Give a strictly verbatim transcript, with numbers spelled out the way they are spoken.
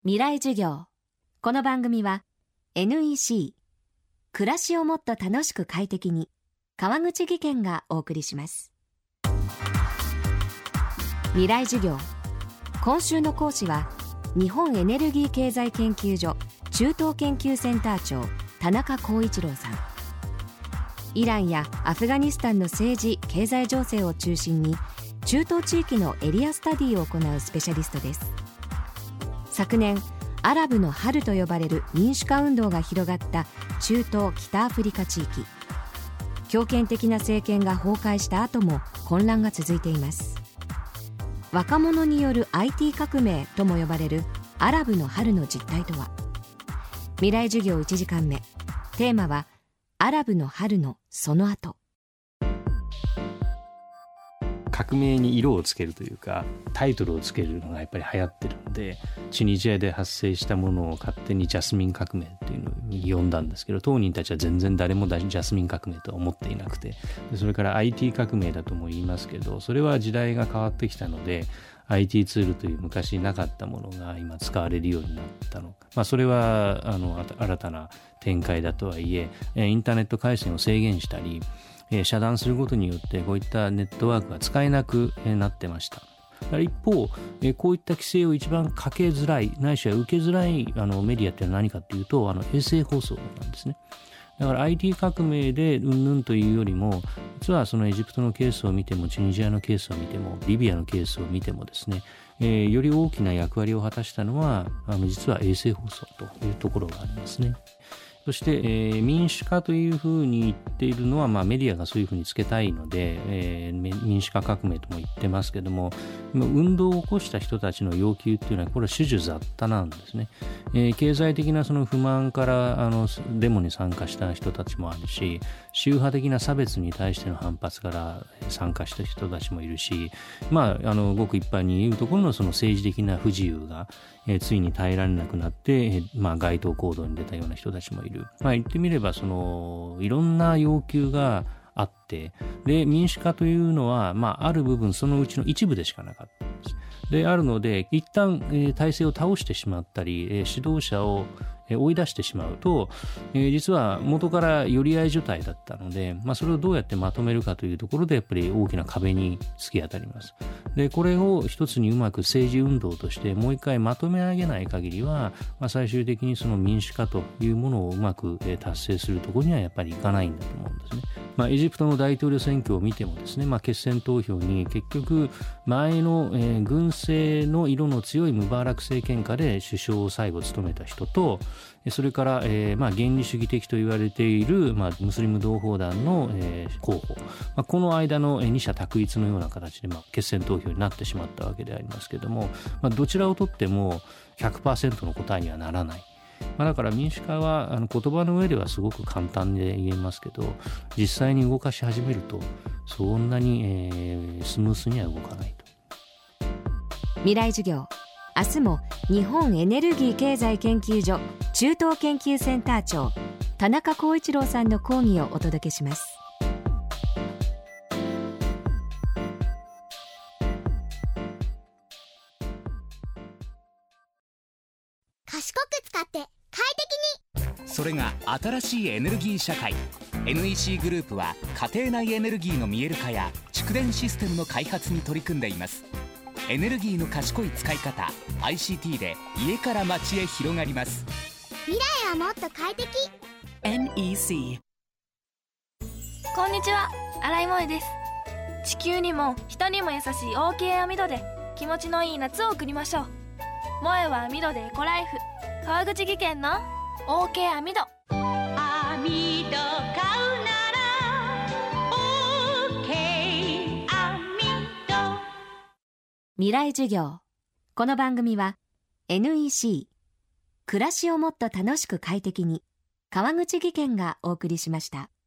未来授業。この番組は エヌイーシー 暮らしをもっと楽しく快適に川口義賢がお送りします。未来授業。今週の講師は日本エネルギー経済研究所中東研究センター長田中浩一郎さん。イランやアフガニスタンの政治経済情勢を中心に中東地域のエリアスタディを行うスペシャリストです。昨年アラブの春と呼ばれる民主化運動が広がった中東北アフリカ地域、強権的な政権が崩壊した後も混乱が続いています。若者による アイティー 革命とも呼ばれるアラブの春の実態とは。未来授業いちじかんめ、テーマはアラブの春のその後。 革命に色をつけるというかタイトルをつけるのがやっぱり流行ってるんで、チュニジアで発生したものを勝手にジャスミン革命っていうのを呼んだんですけど、当人たちは全然誰もジャスミン革命とは思っていなくて、それから アイティー 革命だとも言いますけど、それは時代が変わってきたので アイティー ツールという昔なかったものが今使われるようになったの、まあ、それはあの新たな展開だとはいえ、インターネット回線を制限したり遮断することによってこういったネットワークが使えなくなってました。一方こういった規制を一番かけづらいないしは受けづらいあのメディアって何かというとあの衛星放送なんですね。だから アイティー 革命でうんぬんというよりも、実はそのエジプトのケースを見てもチュニジアのケースを見てもリビアのケースを見てもですね、えー、より大きな役割を果たしたのはあの実は衛星放送というところがありますね。そして、えー、民主化というふうに言っているのは、まあ、メディアがそういうふうにつけたいので、えー、民主化革命とも言ってますけども、運動を起こした人たちの要求っていうのはこれは種々雑多なんですね。えー、経済的なその不満からあのデモに参加した人たちもあるし、宗派的な差別に対しての反発から参加した人たちもいるし、まあ、あのごく一般に言うところのその政治的な不自由が、えー、ついに耐えられなくなって、えーまあ、街頭行動に出たような人たちもいる。まあ、言ってみればそのいろんな要求があって、で民主化というのは、まあ、ある部分そのうちの一部でしかなかったんです。であるので一旦、えー、体制を倒してしまったり、えー、指導者を追い出してしまうと、えー、実は元から寄り合い所帯だったので、まあ、それをどうやってまとめるかというところでやっぱり大きな壁に突き当たります。でこれを一つにうまく政治運動としてもう一回まとめ上げない限りは、まあ、最終的にその民主化というものをうまく、えー、達成するところにはやっぱりいかないんだと思うんですね。まあ、エジプトの大統領選挙を見てもですね、まあ、決選投票に結局前の、えー、軍政の色の強いムバーラク政権下で首相を最後務めた人と、それから、えーまあ、原理主義的と言われている、まあ、ムスリム同胞団の、えー、候補、まあ、この間の、えー、二者択一のような形で、まあ、決選投票になってしまったわけでありますけれども、まあ、どちらをとっても ひゃくパーセント の答えにはならない。まあ、だから民主化はあの言葉の上ではすごく簡単で言えますけど、実際に動かし始めるとそんなに、えー、スムースには動かないと。 未来授業、明日も日本エネルギー経済研究所中東研究センター長田中浩一郎さんの講義をお届けします。 賢く使って快適に、 それが新しいエネルギー社会。 エヌイーシー グループは家庭内エネルギーの見える化や蓄電システムの開発に取り組んでいます。エネルギーの賢い使い方 アイシーティー で家から街へ広がります。 未来はもっと快適。 エヌイーシー。 こんにちは、新井萌です。地球にも人にも優しい オーケー 網戸で気持ちのいい夏を送りましょう。萌えは網戸でエコライフ。川口技研の オーケー 網戸。 網戸買うなら オーケー 網戸。 未来授業。この番組は エヌイーシー 暮らしをもっと楽しく快適に川口技研がお送りしました。